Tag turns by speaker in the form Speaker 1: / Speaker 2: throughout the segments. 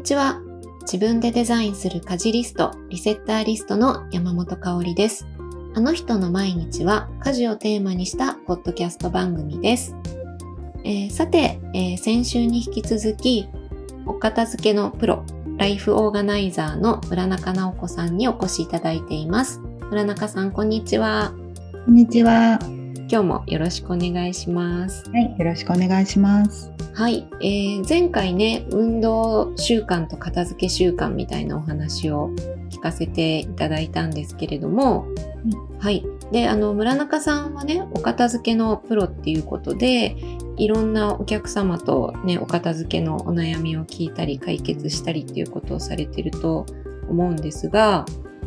Speaker 1: ちは。自分でデザインする家事リスト、リセッターリストの山本香織です。あの人の毎日は家事をテーマにしたポッドキャスト番組です。さて、先週に引き続き、お片付けのプロ、ライフオーガナイザーの村中直子さんにお越しいただいています。村中さん、こんにちは。
Speaker 2: こんにちは。
Speaker 1: 今日もよろしくお願いします。
Speaker 2: はい、よろしくお願いします。
Speaker 1: はい、前回ね、運動習慣と片付け習慣みたいなお話を聞かせていただいたんですけれども、はい。で、村中さんはね、お片付けのプロっていうことで、いろんなお客様とね、お片付けのお悩みを聞いたり解決したりっていうことをされてると思うんですが、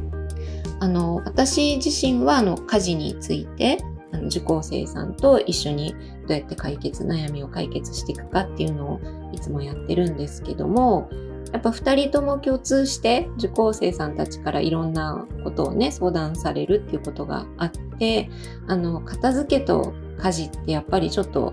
Speaker 1: 私自身は家事について受講生さんと一緒にどうやって悩みを解決していくかっていうのをいつもやってるんですけども、やっぱ2人とも共通して受講生さんたちからいろんなことをね相談されるっていうことがあって、片付けと家事ってやっぱりちょっと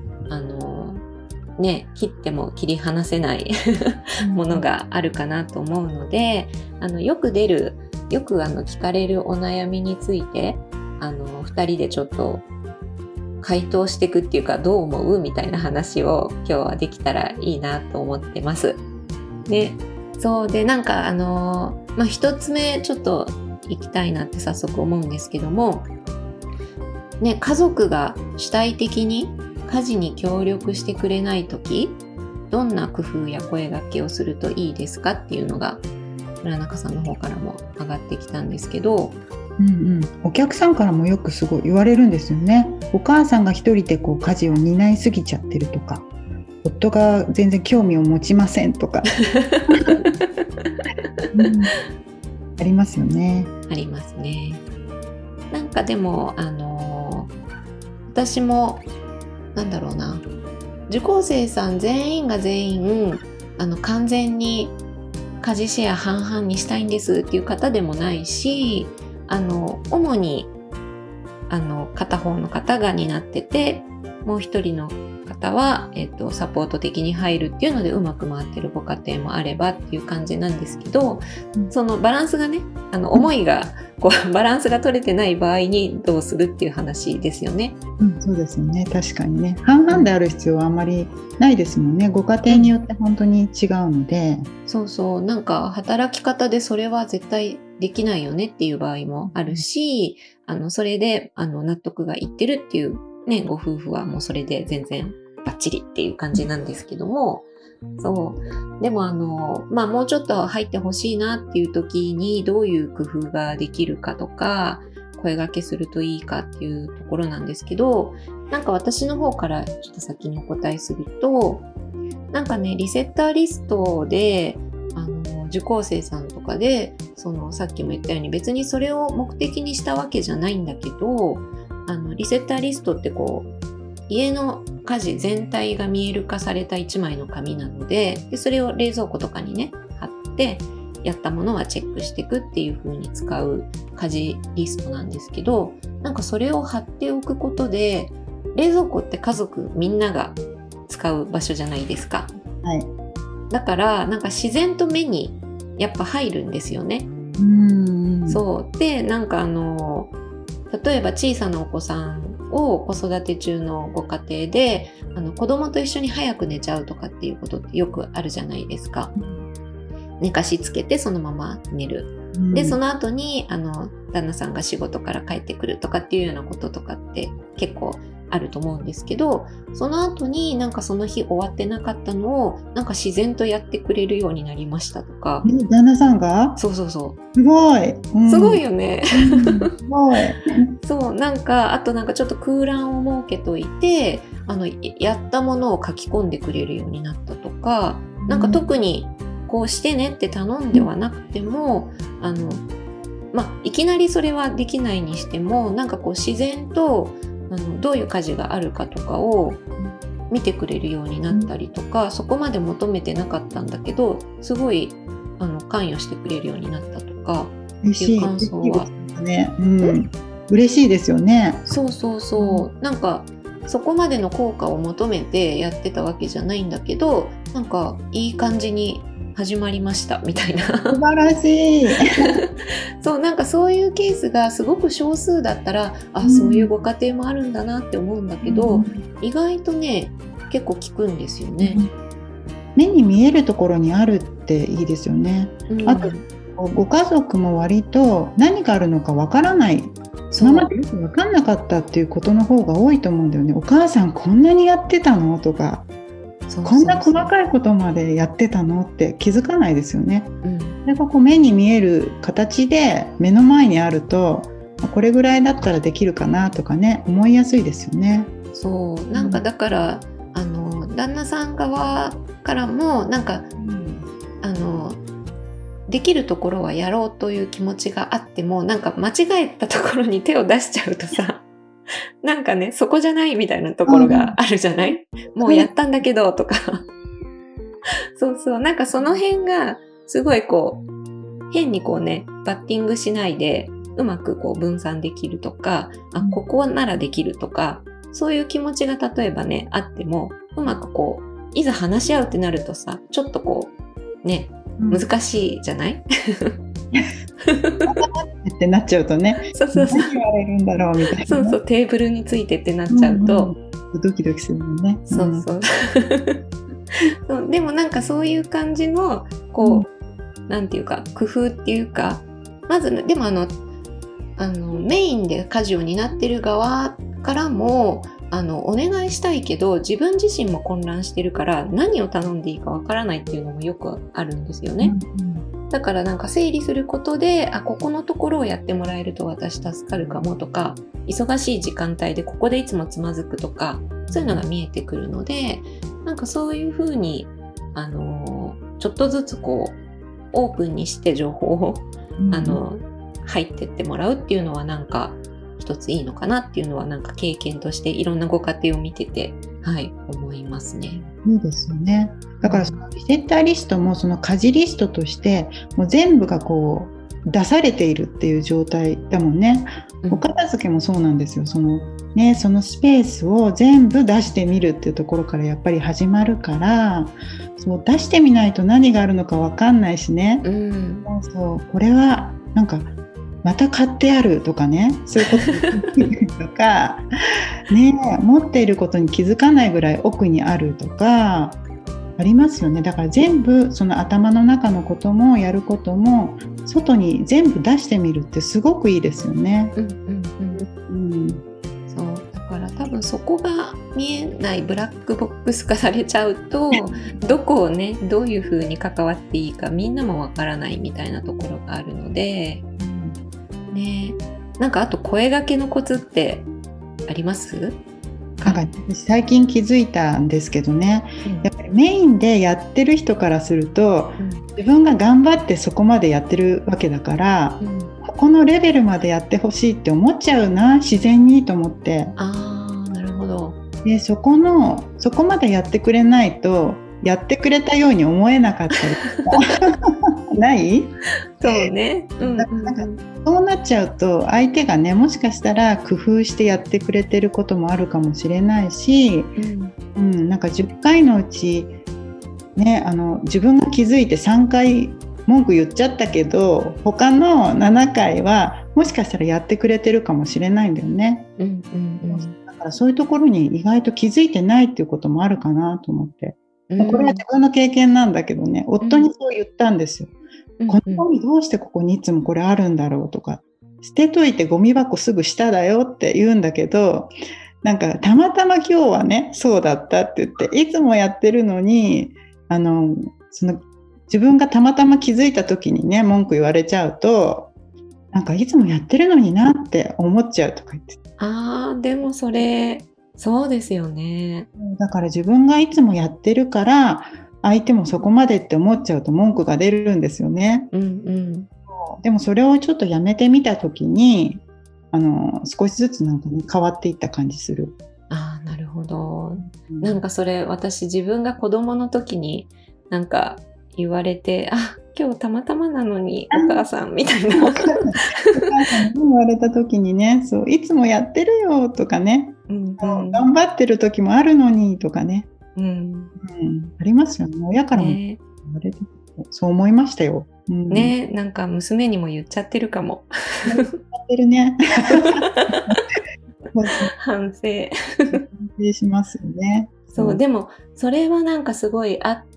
Speaker 1: 切っても切り離せないものがあるかなと思うので、よく聞かれるお悩みについて2人でちょっと回答していくっていうか、どう思うみたいな話を今日はできたらいいなと思ってます。で、そうで一つ目ちょっと行きたいなって早速思うんですけども、ね、家族が主体的に家事に協力してくれないとき、どんな工夫や声掛けをするといいですかっていうのが村中さんの方からも上がってきたんですけど、
Speaker 2: お客さんからもよくすごい言われるんですよね。お母さんが一人で家事を担いすぎちゃってるとか、夫が全然興味を持ちませんとか、ありますよね。
Speaker 1: ありますね。なんかでも私も受講生さん全員が全員完全に家事シェア半々にしたいんですっていう方でもないし、主に片方の方が担ってて、もう一人の方は、サポート的に入るっていうのでうまく回ってるご家庭もあればっていう感じなんですけど、そのバランスがね、思いがバランスが取れてない場合にどうするっていう話ですよね。
Speaker 2: そうですよね。確かにね、半々である必要はあんまりないですもんね。ご家庭によって本当に違うので、
Speaker 1: そうなんか働き方でそれは絶対できないよねっていう場合もあるし、それで納得がいってるっていうね、ご夫婦はもうそれで全然バッチリっていう感じなんですけども、そうでももうちょっと入ってほしいなっていう時にどういう工夫ができるかとか、声掛けするといいかっていうところなんですけど、なんか私の方からちょっと先にお答えすると、なんかね、リセッターリストで受講生さんとかでさっきも言ったように別にそれを目的にしたわけじゃないんだけど、リセッターリストって家の家事全体が見える化された1枚の紙なので、それを冷蔵庫とかにね貼ってやったものはチェックしていくっていう風に使う家事リストなんですけど、なんかそれを貼っておくことで、冷蔵庫って家族みんなが使う場所じゃないですか。
Speaker 2: はい。
Speaker 1: だからなんか自然と目にやっぱ入るんですよね。そうで、なんか例えば小さなお子さんを子育て中のご家庭で子供と一緒に早く寝ちゃうとかっていうことってよくあるじゃないですか。寝かしつけてそのまま寝る。でその後に旦那さんが仕事から帰ってくるとかっていうようなこととかって結構あると思うんですけど、その後になんかその日終わってなかったのをなんか自然とやってくれるようになりましたとか。
Speaker 2: 旦那さんが？
Speaker 1: そう
Speaker 2: すごい、
Speaker 1: すごいよね。
Speaker 2: すごい。
Speaker 1: そう、なんかあとなんかちょっと空欄を設けといてやったものを書き込んでくれるようになったとか、なんか特にこうしてねって頼んではなくてもいきなりそれはできないにしても、なんか自然とどういう家事があるかとかを見てくれるようになったりとか、そこまで求めてなかったんだけどすごい関与してくれるようになったとかっていう感想は
Speaker 2: 嬉しいですよね。
Speaker 1: なんかそこまでの効果を求めてやってたわけじゃないんだけど、なんかいい感じに始まりましたみたいな
Speaker 2: 素晴らしい。
Speaker 1: そうなんかそういうケースがすごく少数だったらそういうご家庭もあるんだなって思うんだけど、意外とね結構聞くんですよね。
Speaker 2: 目に見えるところにあるっていいですよね。あとご家族も割と何があるのかわからない、今までよく分かんなかったっていうことの方が多いと思うんだよね。お母さんこんなにやってたのとか、こんな細かいことまでやってたのって気づかないですよね。それがこう目に見える形で目の前にあると、これぐらいだったらできるかなとかね、思いやすいですよね。
Speaker 1: そうなんかだから、旦那さん側からもなんか、できるところはやろうという気持ちがあっても、なんか間違えたところに手を出しちゃうとさなんかね、そこじゃないみたいなところがあるじゃない、もうやったんだけどとかそうそう、なんかその辺がすごいこう変にこうねバッティングしないでうまくこう分散できるとか、ここならできるとか、そういう気持ちが例えばねあっても、うまくこういざ話し合うってなるとさ、ちょっとこうね難しいじゃない
Speaker 2: ってなっちゃうとね、
Speaker 1: そうそうそう、
Speaker 2: 何言われるんだろうみたいな、
Speaker 1: そうそう、テーブルについてってなっちゃうと、
Speaker 2: ドキドキするもんね。
Speaker 1: そうそうそうでもなんかそういう感じのこう、なんていうか工夫っていうか、まずでもメインで家事を担ってる側からもお願いしたいけど自分自身も混乱してるから何を頼んでいいかわからないっていうのもよくあるんですよね。だからなんか整理することで、ここのところをやってもらえると私助かるかもとか、忙しい時間帯でここでいつもつまずくとか、そういうのが見えてくるので、なんかそういうふうにちょっとずつこうオープンにして情報を、入ってってもらうっていうのはなんか一ついいのかなっていうのはなんか経験としていろんなご家庭を見てて、思いますね。
Speaker 2: いいですよね。だからそのリセッターリストもその家事リストとしてもう全部がこう出されているっていう状態だもんね。お片付けもそうなんですよ。そのスペースを全部出してみるっていうところからやっぱり始まるから、そう出してみないと何があるのか分かんないしね、そうこれはなんかまた買ってあるとかね、そういうこととかね、持っていることに気づかないぐらい奥にあるとかありますよね。だから全部その頭の中のこともやることも外に全部出してみるってすごくいいですよね。
Speaker 1: そうだから多分そこが見えないブラックボックス化されちゃうとどこをねどういう風に関わっていいかみんなもわからないみたいなところがあるので、なんかあと声掛けのコツってあります？
Speaker 2: なんか最近気づいたんですけどね、やっぱりメインでやってる人からすると、自分が頑張ってそこまでやってるわけだから、ここのレベルまでやってほしいって思っちゃうな、自然にと思って。
Speaker 1: なるほど。
Speaker 2: でそこまでやってくれないとやってくれたように思えなかったりとかない
Speaker 1: そうね、
Speaker 2: なんかそうなっちゃうと相手がね、もしかしたら工夫してやってくれてることもあるかもしれないし、なんか10回のうち、ね、自分が気づいて3回文句言っちゃったけど他の7回はもしかしたらやってくれてるかもしれないんだよね。だからそういうところに意外と気づいてないっていうこともあるかなと思って、これは自分の経験なんだけどね、夫にそう言ったんですよ。このゴミどうしてここにいつもこれあるんだろうとか、捨てといてゴミ箱すぐ下だよって言うんだけど、なんかたまたま今日はねそうだったって言っていつもやってるのにその自分がたまたま気づいた時にね文句言われちゃうと、なんかいつもやってるのになって思っちゃうとか言って。
Speaker 1: でもそれそうですよね。
Speaker 2: だから自分がいつもやってるから相手もそこまでって思っちゃうと文句が出るんですよね。でもそれをちょっとやめてみた時に少しずつなんか、ね、変わっていった感じする。
Speaker 1: なるほど。なんかそれ私自分が子供の時になんか言われて、今日たまたまなのにお母さんみたいなお母
Speaker 2: さんに言われた時にね、そういつもやってるよとかね、頑張ってる時もあるのにとかね、ありますよね、親からも言われて、 そう思いましたよ。
Speaker 1: ね、なんか娘にも言っちゃってるかも。
Speaker 2: 言ってるね。
Speaker 1: 反省。
Speaker 2: 反省しますよね。
Speaker 1: そう、でもそれはなんかすごいあって、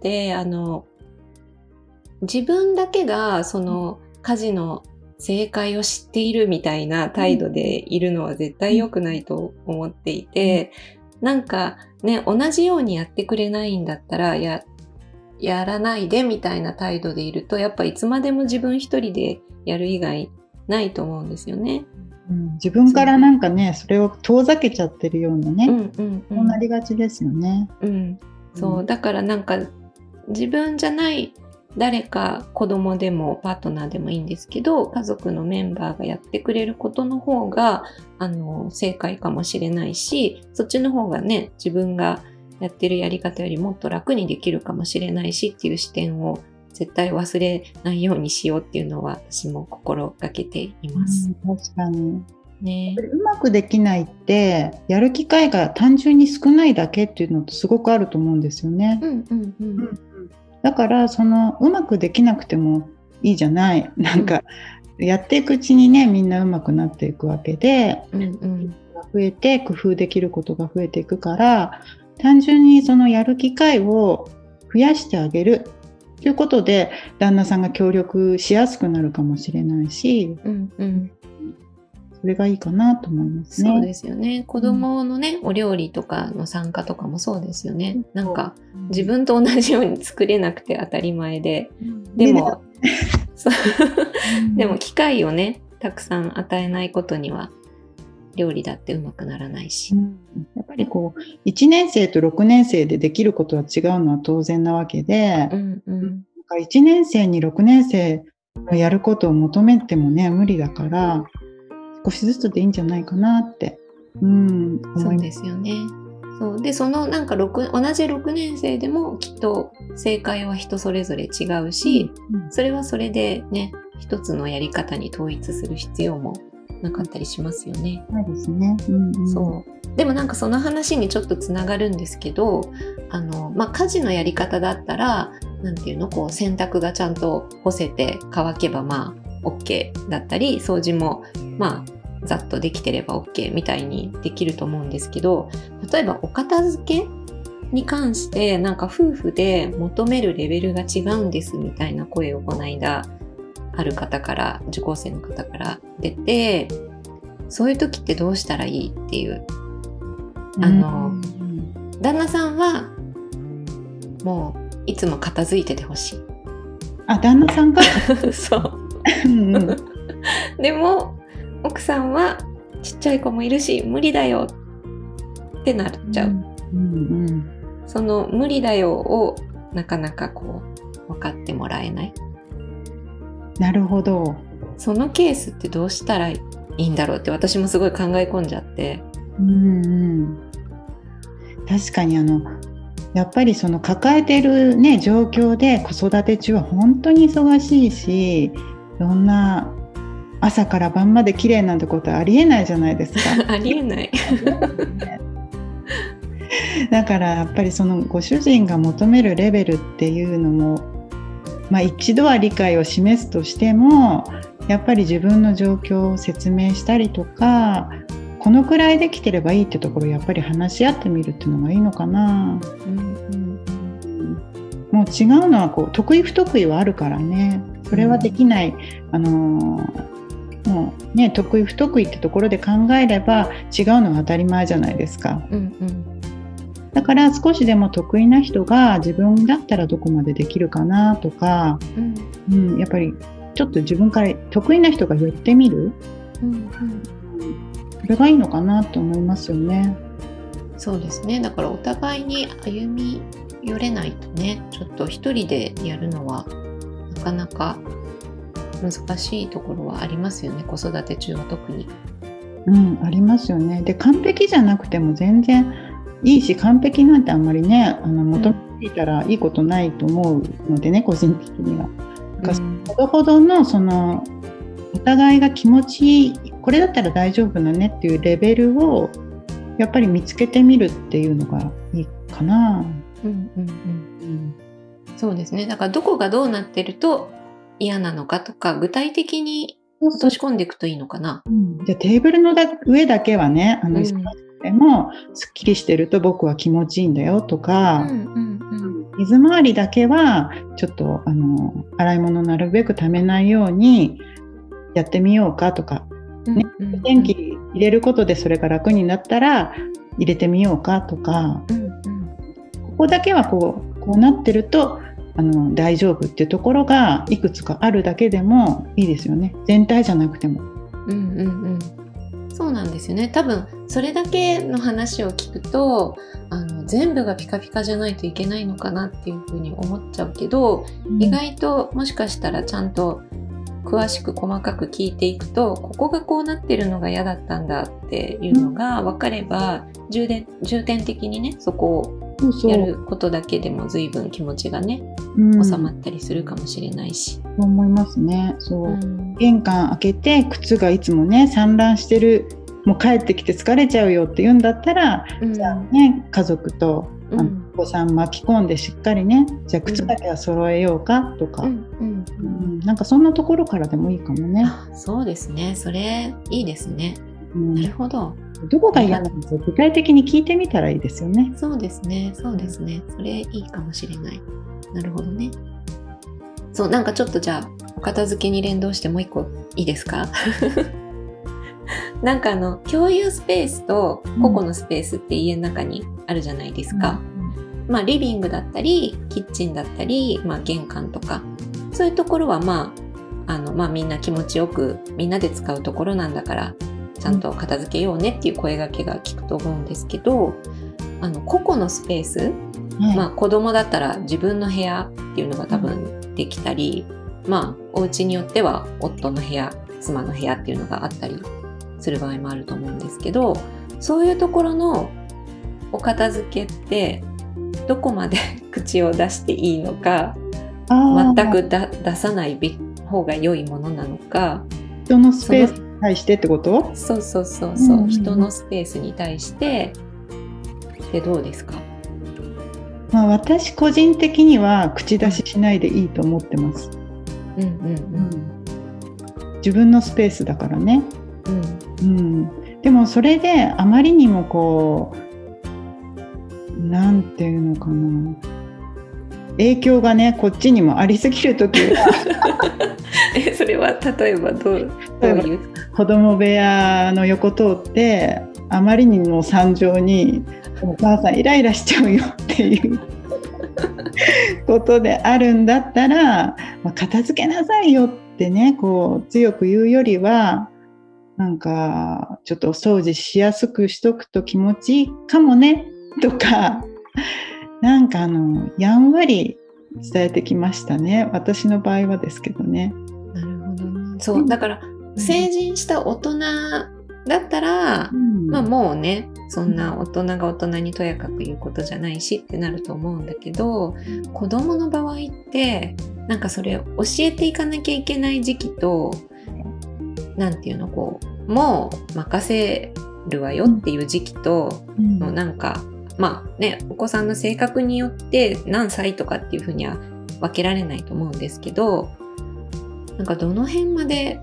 Speaker 1: 自分だけがその家事の正解を知っているみたいな態度でいるのは絶対良くないと思っていて、なんかね、同じようにやってくれないんだったらやらないでみたいな態度でいると、やっぱいつまでも自分一人でやる以外ないと思うんですよね。
Speaker 2: 自分からなんかね、それを遠ざけちゃってるようなね、そうなりがちですよね。
Speaker 1: そう、だからなんか自分じゃない誰か、子供でもパートナーでもいいんですけど、家族のメンバーがやってくれることの方が正解かもしれないし、そっちの方がね、自分がやってるやり方よりもっと楽にできるかもしれないしっていう視点を絶対忘れないようにしようっていうのは私も心がけています。
Speaker 2: 確かに
Speaker 1: ね、
Speaker 2: うまくできないってやる機会が単純に少ないだけっていうのってすごくあると思うんですよね。だからうまくできなくてもいいじゃない。なんかやっていくうちにね、みんなうまくなっていくわけで、増えて工夫できることが増えていくから、単純にそのやる機会を増やしてあげるということで旦那さんが協力しやすくなるかもしれないし、それがいいかなと思いますね。
Speaker 1: そうですよね。子供のね、お料理とかの参加とかもそうですよね。なんか自分と同じように作れなくて当たり前で、でもでも機会をね、たくさん与えないことには料理だってうまくならないし、
Speaker 2: やっぱりこう1年生と6年生でできることは違うのは当然なわけで、1年生に6年生のやることを求めてもね、無理だから少しずつでいいんじゃないかなって、
Speaker 1: そうですよね。そうで、そのなんか同じ6年生でもきっと正解は人それぞれ違うし、それはそれでね、一つのやり方に統一する必要もなかったりしますよね。
Speaker 2: そうですね。
Speaker 1: そうでもなんかその話にちょっとつながるんですけど、家事のやり方だったら、なんていうの、こう洗濯がちゃんと干せて乾けばまあ OK だったり、掃除もまあざっとできてれば OK みたいにできると思うんですけど、例えばお片付けに関してなんか夫婦で求めるレベルが違うんですみたいな声をこの間ある方から、受講生の方から出て、そういう時ってどうしたらいいっていう、旦那さんはもういつも片付いててほしい。
Speaker 2: 旦那さんが
Speaker 1: そうでも奥さんはちっちゃい子もいるし無理だよってなっちゃう、その無理だよをなかなかこう分かってもらえない。
Speaker 2: なるほど。
Speaker 1: そのケースってどうしたらいいんだろうって私もすごい考え込んじゃって、
Speaker 2: 確かにやっぱりその抱えているね状況で子育て中は本当に忙しいし、いろんな朝から晩まで綺麗なんてことはありえないじゃないですか。
Speaker 1: ありえない
Speaker 2: だからやっぱりそのご主人が求めるレベルっていうのも、一度は理解を示すとしても、やっぱり自分の状況を説明したりとか、このくらいできてればいいってところをやっぱり話し合ってみるっていうのがいいのかな。もう違うのはこう得意不得意はあるからね、それはできない、もうね、得意不得意ってところで考えれば違うのは当たり前じゃないですか。だから少しでも得意な人が自分だったらどこまでできるかなとか、やっぱりちょっと自分から得意な人が言ってみる、それがいいのかなと思いますよね。
Speaker 1: そうですね。だからお互いに歩み寄れないとね、ちょっと一人でやるのはなかなか難しいところはありますよね、子育て中は特に。
Speaker 2: ありますよね。で、完璧じゃなくても全然いいし、完璧なんてあんまりね、求めていたらいいことないと思うのでね、個人的には。ほどほどのそのお互いが気持ちいい、これだったら大丈夫だねっていうレベルをやっぱり見つけてみるっていうのがいいかな。
Speaker 1: そうですね。だからどこがどうなってると嫌なのかとか、具体的に落とし込んでいくといいのかな。
Speaker 2: じゃあテーブルの上だけはね、忙しくてもすっきりしてると僕は気持ちいいんだよとか、水回りだけはちょっと洗い物なるべくためないようにやってみようかとか、ね、電気入れることでそれが楽になったら入れてみようかとか、ここだけはこうなってると大丈夫っていうところがいくつかあるだけでもいいですよね。全体じゃなくても。
Speaker 1: そうなんですよね。多分それだけの話を聞くと全部がピカピカじゃないといけないのかなっていうふうに思っちゃうけど、意外ともしかしたらちゃんと詳しく細かく聞いていくと、ここがこうなってるのが嫌だったんだっていうのが分かれば、重点的にねそこをやることだけでも随分気持ちがね、収まったりするかもしれないし。
Speaker 2: そう思いますね。玄関開けて靴がいつもね散乱してる、もう帰ってきて疲れちゃうよって言うんだったら、じゃあね家族とお子さん巻き込んでしっかりね、じゃあ靴だけは揃えようかとか、なんかそんなところからでもいいかもね。
Speaker 1: そうですね。それいいですね。なるほど。
Speaker 2: どこが嫌なのか具体的に聞いてみたらいいですよね。
Speaker 1: そうですね。それいいかもしれない。なるほどね。そう、なんかちょっとじゃあお片付けに連動してもう一個いいですか？なんか共有スペースと個々のスペースって家の中にあるじゃないですか。リビングだったりキッチンだったり、玄関とかそういうところはみんな気持ちよくみんなで使うところなんだからちゃんと片付けようねっていう声掛けが聞くと思うんですけど、個々のスペース、子供だったら自分の部屋っていうのが多分できたり、お家によっては夫の部屋、妻の部屋っていうのがあったりする場合もあると思うんですけど、そういうところのお片付けってどこまで口を出していいのか、全く出さない方が良いものなのか、
Speaker 2: 人のスペースに対してってこと？
Speaker 1: そう、人のスペースに対してでどうですか？
Speaker 2: 私個人的には口出ししないでいいと思ってます。自分のスペースだからね。でもそれであまりにもこうなんていうのかな、影響がねこっちにもありすぎるときは
Speaker 1: それは例えばどういう
Speaker 2: 子供部屋の横通ってあまりにも惨状にお母さんイライラしちゃうよっていうことであるんだったら、片付けなさいよってねこう強く言うよりは、なんかちょっとお掃除しやすくしとくと気持ちいいかもねとか、なんかやんわり伝えてきましたね。私の場合はですけどね。
Speaker 1: なるほどね。そうだから成人した大人だったら、もうねそんな大人が大人にとやかく言うことじゃないしってなると思うんだけど、子供の場合ってなんかそれ教えていかなきゃいけない時期と、なんていうのもう任せるわよっていう時期と、なんかお子さんの性格によって何歳とかっていうふうには分けられないと思うんですけど、なんかどの辺まで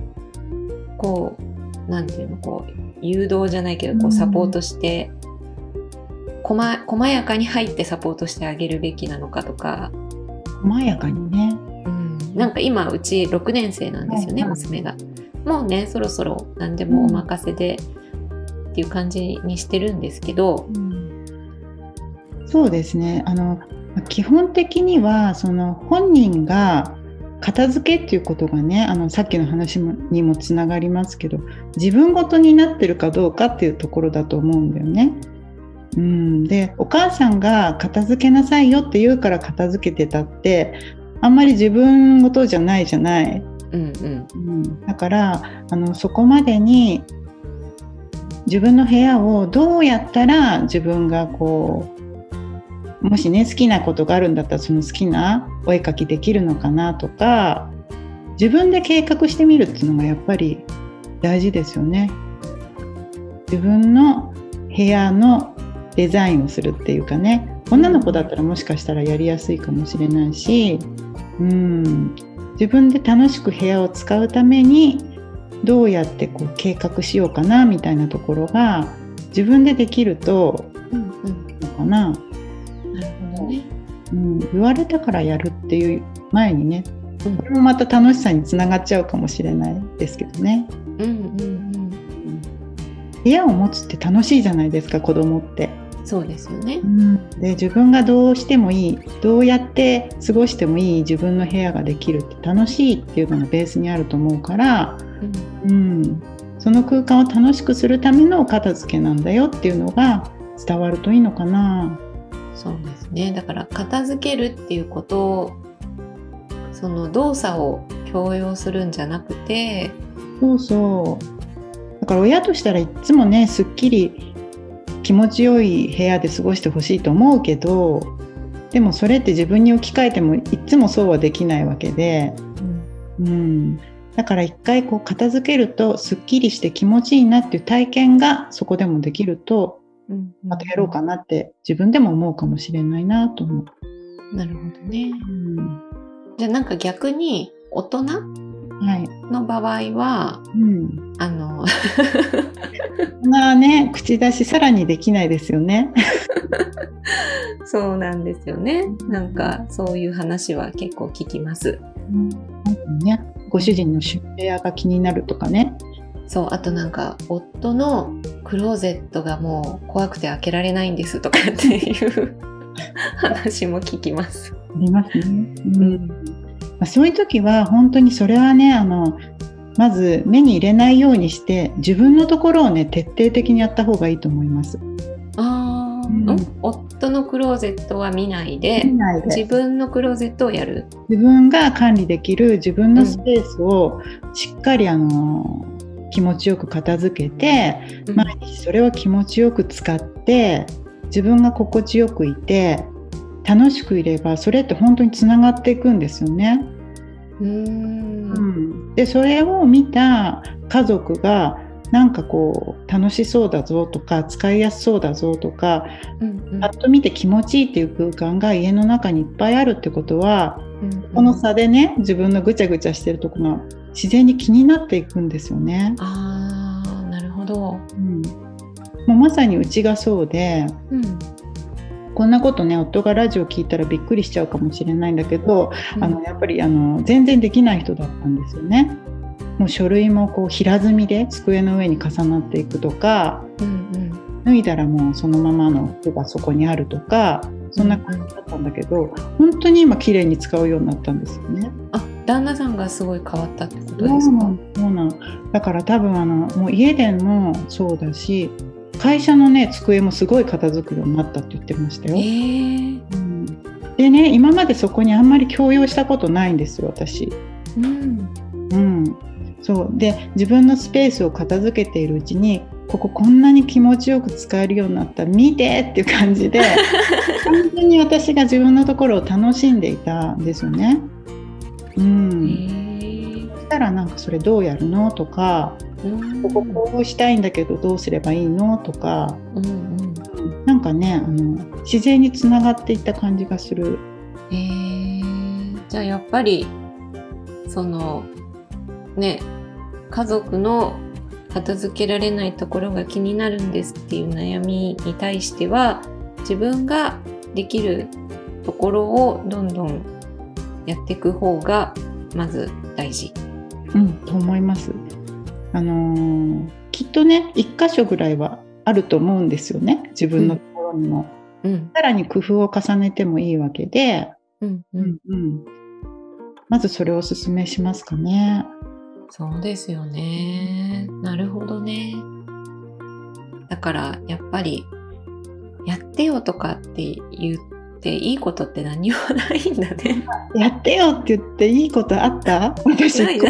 Speaker 1: なんていうの誘導じゃないけどサポートして細やかに入ってサポートしてあげるべきなのかとか。
Speaker 2: 細やかにね。
Speaker 1: なんか今うち6年生なんですよね、娘が。もうねそろそろ何でもお任せでっていう感じにしてるんですけど、
Speaker 2: そうですね。基本的にはその本人が片付けっていうことがね、さっきの話にもつながりますけど、自分ごとになってるかどうかっていうところだと思うんだよね。でお母さんが片付けなさいよって言うから片付けてたってあんまり自分ごとじゃないじゃない。だからそこまでに自分の部屋をどうやったら自分がもしね好きなことがあるんだったらその好きなお絵描きできるのかなとか、自分で計画してみるっていうのがやっぱり大事ですよね。自分の部屋のデザインをするっていうかね、 女の子だったらもしかしたらやりやすいかもしれないし、自分で楽しく部屋を使うためにどうやってこう計画しようかなみたいなところが自分でできるといいのかな。
Speaker 1: なるほどね。
Speaker 2: 言われたからやるっていう前にね、これもまた楽しさにつながっちゃうかもしれないですけどね。部屋を持つって楽しいじゃないですか、子供って。
Speaker 1: そうですよね。
Speaker 2: で自分がどうしてもいい、どうやって過ごしてもいい自分の部屋ができるって楽しいっていうのがベースにあると思うから、その空間を楽しくするためのお片付けなんだよっていうのが伝わるといいのかな。
Speaker 1: そうですね。だから片付けるっていうことを、その動作を強要するんじゃなくて、
Speaker 2: だから親としたらいつもね、すっきり気持ちよい部屋で過ごしてほしいと思うけど、でもそれって自分に置き換えてもいつもそうはできないわけで、だから一回こう片付けるとすっきりして気持ちいいなっていう体験がそこでもできると、またやろうかなって自分でも思うかもしれないなと思う。
Speaker 1: なるほどね。じゃあなんか逆に大人の場合は、口出しさらにできないですよね。 そうなんですよね。なんかそういう話は結構聞きます。
Speaker 2: ご主人の部屋が気になるとかね。
Speaker 1: そう、あとなんか夫のクローゼットがもう怖くて開けられないんですとかっていう話も聞きます。
Speaker 2: ありますね。そういう時は本当にそれはね、まず目に入れないようにして自分のところをね徹底的にやった方がいいと思います。
Speaker 1: 夫のクローゼットは見ないで自分のクローゼットをやる。
Speaker 2: 自分が管理できる自分のスペースをしっかり気持ちよく片付けて、毎日それを気持ちよく使って自分が心地よくいて楽しくいればそれって本当につながっていくんですよね。でそれを見た家族がなんかこう楽しそうだぞとか使いやすそうだぞとか、パッと見て気持ちいいっていう空間が家の中にいっぱいあるってことは、この差でね自分のぐちゃぐちゃしてるところが自然に気になっていくんですよね。
Speaker 1: なるほど。
Speaker 2: もうまさにうちがそうで、こんなことね夫がラジオ聞いたらびっくりしちゃうかもしれないんだけど、やっぱり全然できない人だったんですよね。もう書類もこう平積みで机の上に重なっていくとか、脱いだらもうそのままの服がそこにあるとか、そんな感じだったんだけど、本当に今綺麗に使うようになったんですよね。
Speaker 1: 旦那さんがすごい変わったってことですか？
Speaker 2: そうなの。だから多分もう家でもそうだし、会社のね机もすごい片付くようになったって言ってましたよ。でね、今までそこにあんまり強要したことないんですよ私。そうで自分のスペースを片付けているうちに、こんなに気持ちよく使えるようになった、見てっていう感じで本当に私が自分のところを楽しんでいたんですよね。そしたらなんかそれどうやるのとか、こうしたいんだけどどうすればいいのとか、なんかね自然につながっていった感じがする。
Speaker 1: じゃあやっぱりそのね、家族の片付けられないところが気になるんですっていう悩みに対しては、自分ができるところをどんどんやっていく方がまず大事。
Speaker 2: と思います。きっとね一箇所ぐらいはあると思うんですよね、自分のところにも。さらに工夫を重ねてもいいわけで、まずそれをおすすめしますかね。
Speaker 1: そうですよね。なるほどね。だからやっぱりやってよとかって言っていいことって何もないんだね。
Speaker 2: やってよって言っていいことあった？私
Speaker 1: ない。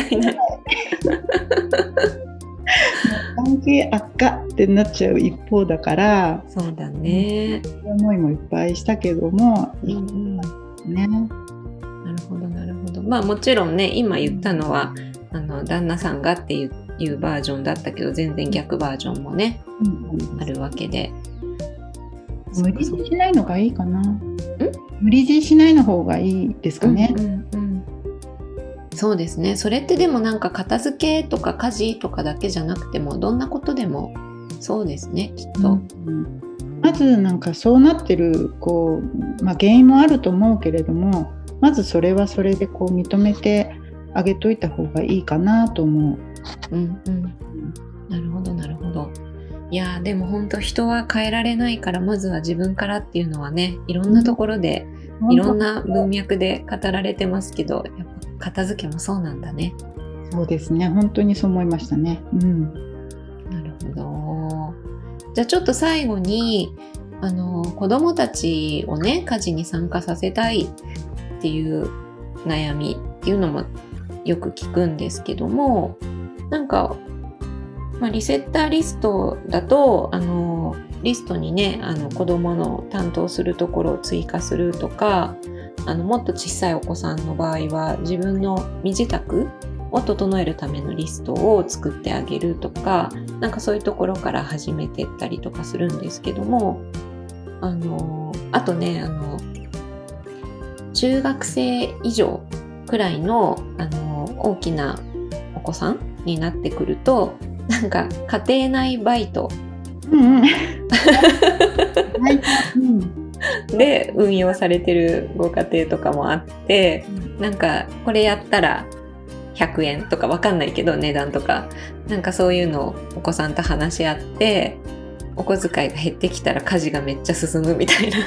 Speaker 2: 関係悪化ってなっちゃう一方だから。
Speaker 1: そうだね。
Speaker 2: 思いもいっぱいしたけども、
Speaker 1: なるほどなるほど。もちろんね今言ったのは旦那さんがっていうバージョンだったけど、全然逆バージョンもね、あるわけで、
Speaker 2: 無理強いしないのがいいかな。無理強いしないの方がいいですかね。
Speaker 1: そうですね。それってでもなんか片付けとか家事とかだけじゃなくてもどんなことでもそうですね、きっと。
Speaker 2: まずなんかそうなってる原因もあると思うけれども、まずそれはそれで認めてあげといた方がいいかなと思う。
Speaker 1: なるほどなるほど。いやでも本当人は変えられないから、まずは自分からっていうのはね、いろんなところで、いろんな文脈で語られてますけど、やっぱ片付けもそうなんだね。
Speaker 2: そうですね、本当にそう思いましたね。
Speaker 1: なるほど。じゃあちょっと最後に子どもたちをね、家事に参加させたいっていう悩みっていうのもよく聞くんですけども、なんか、リセッターリストだとリストにね子どもの担当するところを追加するとか、もっと小さいお子さんの場合は自分の身支度を整えるためのリストを作ってあげるとか、なんかそういうところから始めてったりとかするんですけども、あとね中学生以上くらいの大きなお子さんになってくると、なんか家庭内バイトで運用されてるご家庭とかもあって、なんかこれやったら100円とかわかんないけど値段とか、なんかそういうのをお子さんと話し合って、お小遣いが減ってきたら家事がめっちゃ進むみたいな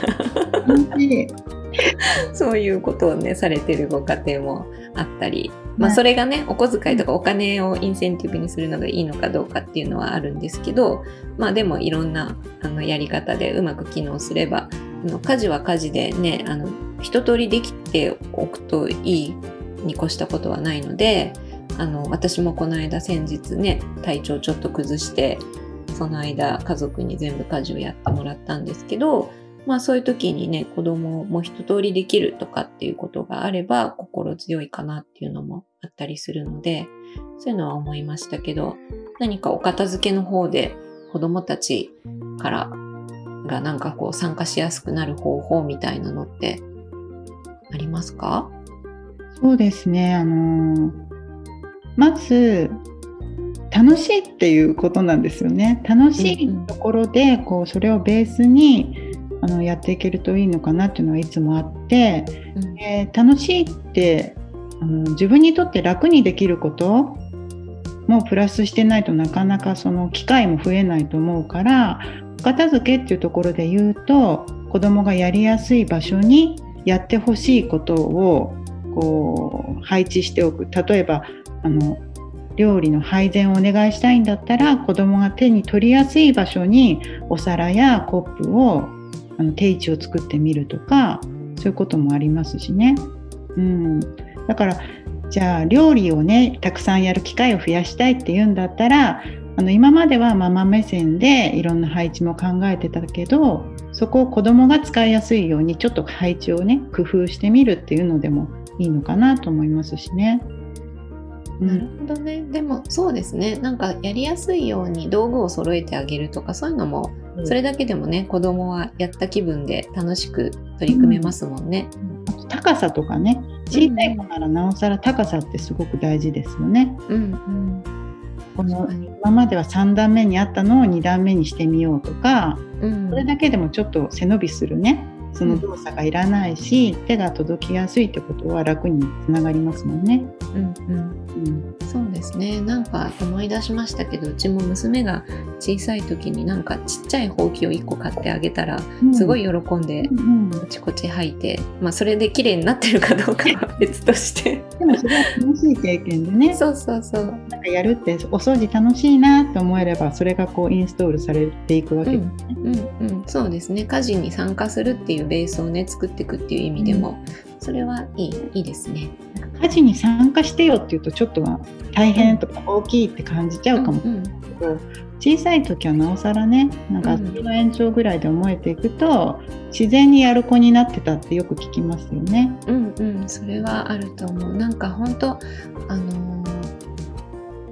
Speaker 1: そういうことをねされてるご家庭もあったり、それがねお小遣いとかお金をインセンティブにするのがいいのかどうかっていうのはあるんですけど、でもいろんなやり方でうまく機能すれば、家事は家事でね一通りできておくといいに越したことはないので、私もこの間先日ね体調ちょっと崩して、その間家族に全部家事をやってもらったんですけど、そういう時にね子供も一通りできるとかっていうことがあれば心強いかなっていうのもあったりするので、そういうのは思いましたけど、何かお片付けの方で子供たちからがなんか参加しやすくなる方法みたいなのってありますか？
Speaker 2: そうですね、まず楽しいっていうことなんですよね。楽しいところでそれをベースにやっていけるといいのかなっていうのはいつもあって、楽しいって自分にとって楽にできることもプラスしてないとなかなかその機会も増えないと思うから、お片付けっていうところで言うと、子どもがやりやすい場所にやってほしいことを配置しておく。例えば料理の配膳をお願いしたいんだったら、子どもが手に取りやすい場所にお皿やコップを定位置を作ってみるとか、そういうこともありますしね。だからじゃあ料理をねたくさんやる機会を増やしたいっていうんだったら、今まではママ目線でいろんな配置も考えてたけど、そこを子どもが使いやすいようにちょっと配置をね工夫してみるっていうのでもいいのかなと思いますしね。
Speaker 1: なるほどね。でもそうですね、なんかやりやすいように道具を揃えてあげるとか、そういうのもそれだけでもね、子供はやった気分で楽しく取り組めますもんね。
Speaker 2: あと高さとかね、小さい子ならなおさら高さってすごく大事ですよね。この今までは3段目にあったのを2段目にしてみようとか、それだけでもちょっと背伸びするね、その動作がいらないし、手が届きやすいってことは楽につながりますもんね。
Speaker 1: そうですね。なんか思い出しましたけど、うちも娘が小さい時になんかちっちゃいほうきを1個買ってあげたら、すごい喜んでこちこち履いて、それで綺麗になってるかどうかは別として
Speaker 2: でもそれは楽しい経験でね。
Speaker 1: そう
Speaker 2: なんかやるってお掃除楽しいなと思えれば、それがインストールされていくわけですね。
Speaker 1: そうですね。家事に参加するっていうベースをね作っていくっていう意味でも、それはいいですね。
Speaker 2: 家事に参加してよっていうとちょっと大変とか大きいって感じちゃうかもしれないけど、小さい時はなおさらね、なんか遊びの延長ぐらいで思えていくと、自然にやる子になってたってよく聞きますよね。そ
Speaker 1: れはあると思う。なんか本当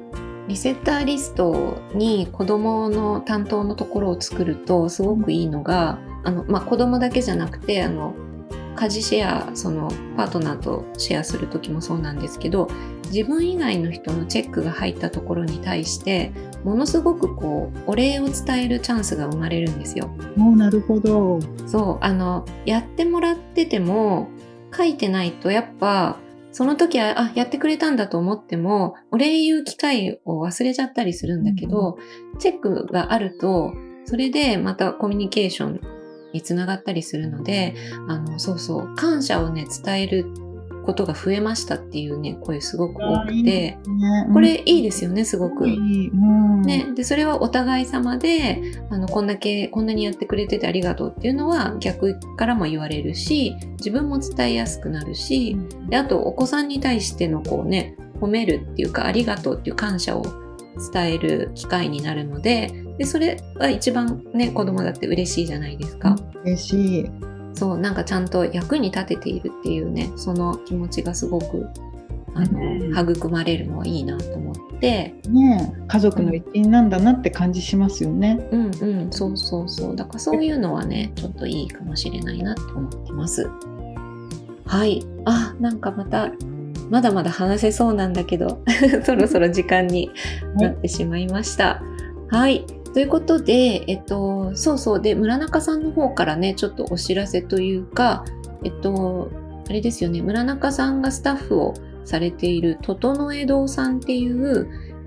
Speaker 1: リセッターリストに子供の担当のところを作るとすごくいいのが、子供だけじゃなくて家事シェア、そのパートナーとシェアする時もそうなんですけど、自分以外の人のチェックが入ったところに対してものすごくお礼を伝えるチャンスが生まれるんですよ。
Speaker 2: なるほど。
Speaker 1: そうやってもらってても書いてないと、やっぱその時はやってくれたんだと思ってもお礼言う機会を忘れちゃったりするんだけど、チェックがあるとそれでまたコミュニケーションにつながったりするので、感謝をね伝えることが増えましたっていうね声すごく多くて、これいいですよね、すごく。でそれはお互い様でこんなにやってくれててありがとうっていうのは逆からも言われるし、自分も伝えやすくなるし、であとお子さんに対しての褒めるっていうかありがとうっていう感謝を伝える機会になるので、それは一番ね子供だって嬉しいじゃないですか。
Speaker 2: 嬉しい。
Speaker 1: そう、ちゃんと役に立てているっていうね、その気持ちがすごく育まれるのはいいなと思って、
Speaker 2: 家族の一員なんだなって感じしますよね。
Speaker 1: そうだからそういうのはねちょっといいかもしれないなと思ってます。はい。まだまだ話せそうなんだけどそろそろ時間になってしまいました。はい。ということで、で、村中さんの方からね、ちょっとお知らせというか、あれですよね、村中さんがスタッフをされている整え堂さんっていう、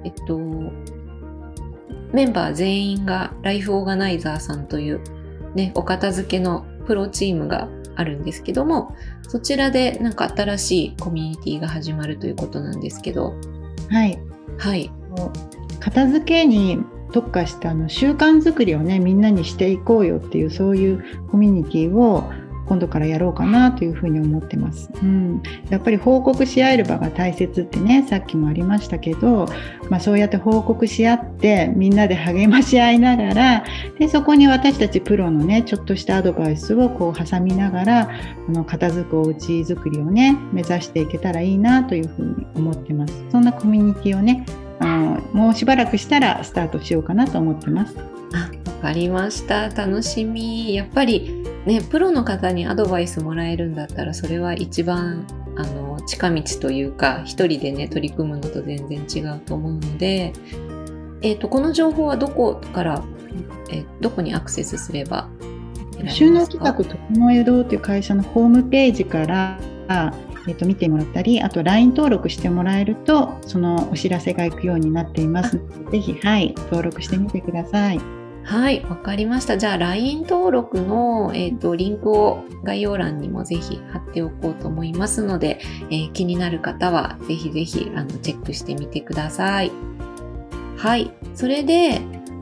Speaker 1: メンバー全員がライフオーガナイザーさんという、ね、お片付けのプロチームがあるんですけども、そちらで新しいコミュニティが始まるということなんですけど。
Speaker 2: はい。片付けに特化した習慣づくりをねみんなにしていこうよっていう、そういうコミュニティを今度からやろうかなというふうに思ってます。やっぱり報告し合える場が大切ってね、さっきもありましたけど、そうやって報告し合ってみんなで励まし合いながら、でそこに私たちプロのねちょっとしたアドバイスを挟みながら片付くお家づくりをね目指していけたらいいなというふうに思ってます。そんなコミュニティをねもうしばらくしたらスタートしようかなと思ってます。
Speaker 1: わかりました。楽しみ。やっぱりね、プロの方にアドバイスもらえるんだったらそれは一番近道というか、一人でね取り組むのと全然違うと思うので、この情報はどこから、どこにアクセスすれば
Speaker 2: 収納企画整え堂という会社のホームページから見てもらったり、あと LINE 登録してもらえるとそのお知らせが行くようになっていますので、ぜひ、登録してみてください。
Speaker 1: はい、わかりました。じゃあ LINE 登録の、リンクを概要欄にもぜひ貼っておこうと思いますので、気になる方はぜひぜひチェックしてみてください。はい、それで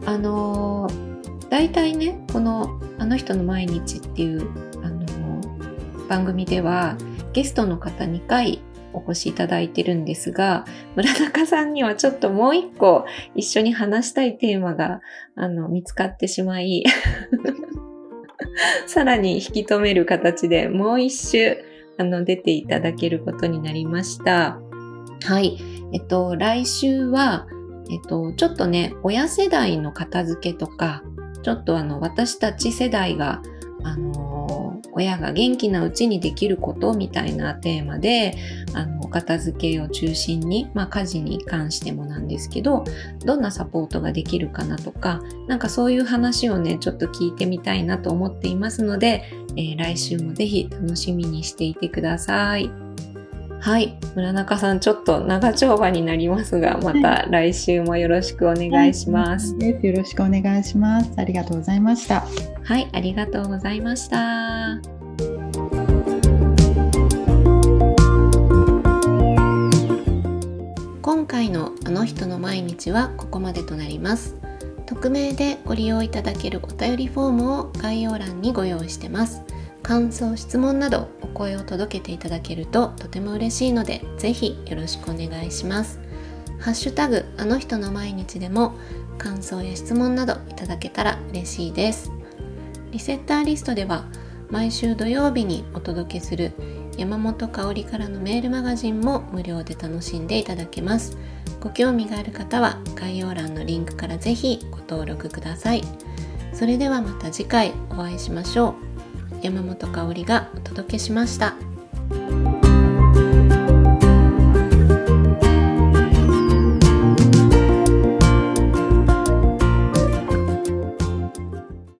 Speaker 1: だいたいねこのあの人の毎日っていう番組ではゲストの方2回お越しいただいてるんですが、村中さんにはちょっともう一個一緒に話したいテーマが見つかってしまいさらに引き止める形でもう一周出ていただけることになりました。はい。来週はちょっとね親世代の片付けとか、ちょっと私たち世代が親が元気なうちにできることみたいなテーマでお片付けを中心に、家事に関してもなんですけど、どんなサポートができるかなとか、そういう話をねちょっと聞いてみたいなと思っていますので、来週もぜひ楽しみにしていてください。はい、村中さんちょっと長丁場になりますが、また来週もよろしくお願いします。
Speaker 2: よろしくお願いします。ありがとうございました。
Speaker 1: はい、ありがとうございました。今回のあの人の毎日はここまでとなります。匿名でご利用いただけるお便りフォームを概要欄にご用意してます。感想、質問などお声を届けていただけるととても嬉しいので、ぜひよろしくお願いします。ハッシュタグあの人の毎日でも感想や質問などいただけたら嬉しいです。リセッターリストでは毎週土曜日にお届けする山本香織からのメールマガジンも無料で楽しんでいただけます。ご興味がある方は概要欄のリンクからぜひご登録ください。それではまた次回お会いしましょう。山本香織がお届けしました。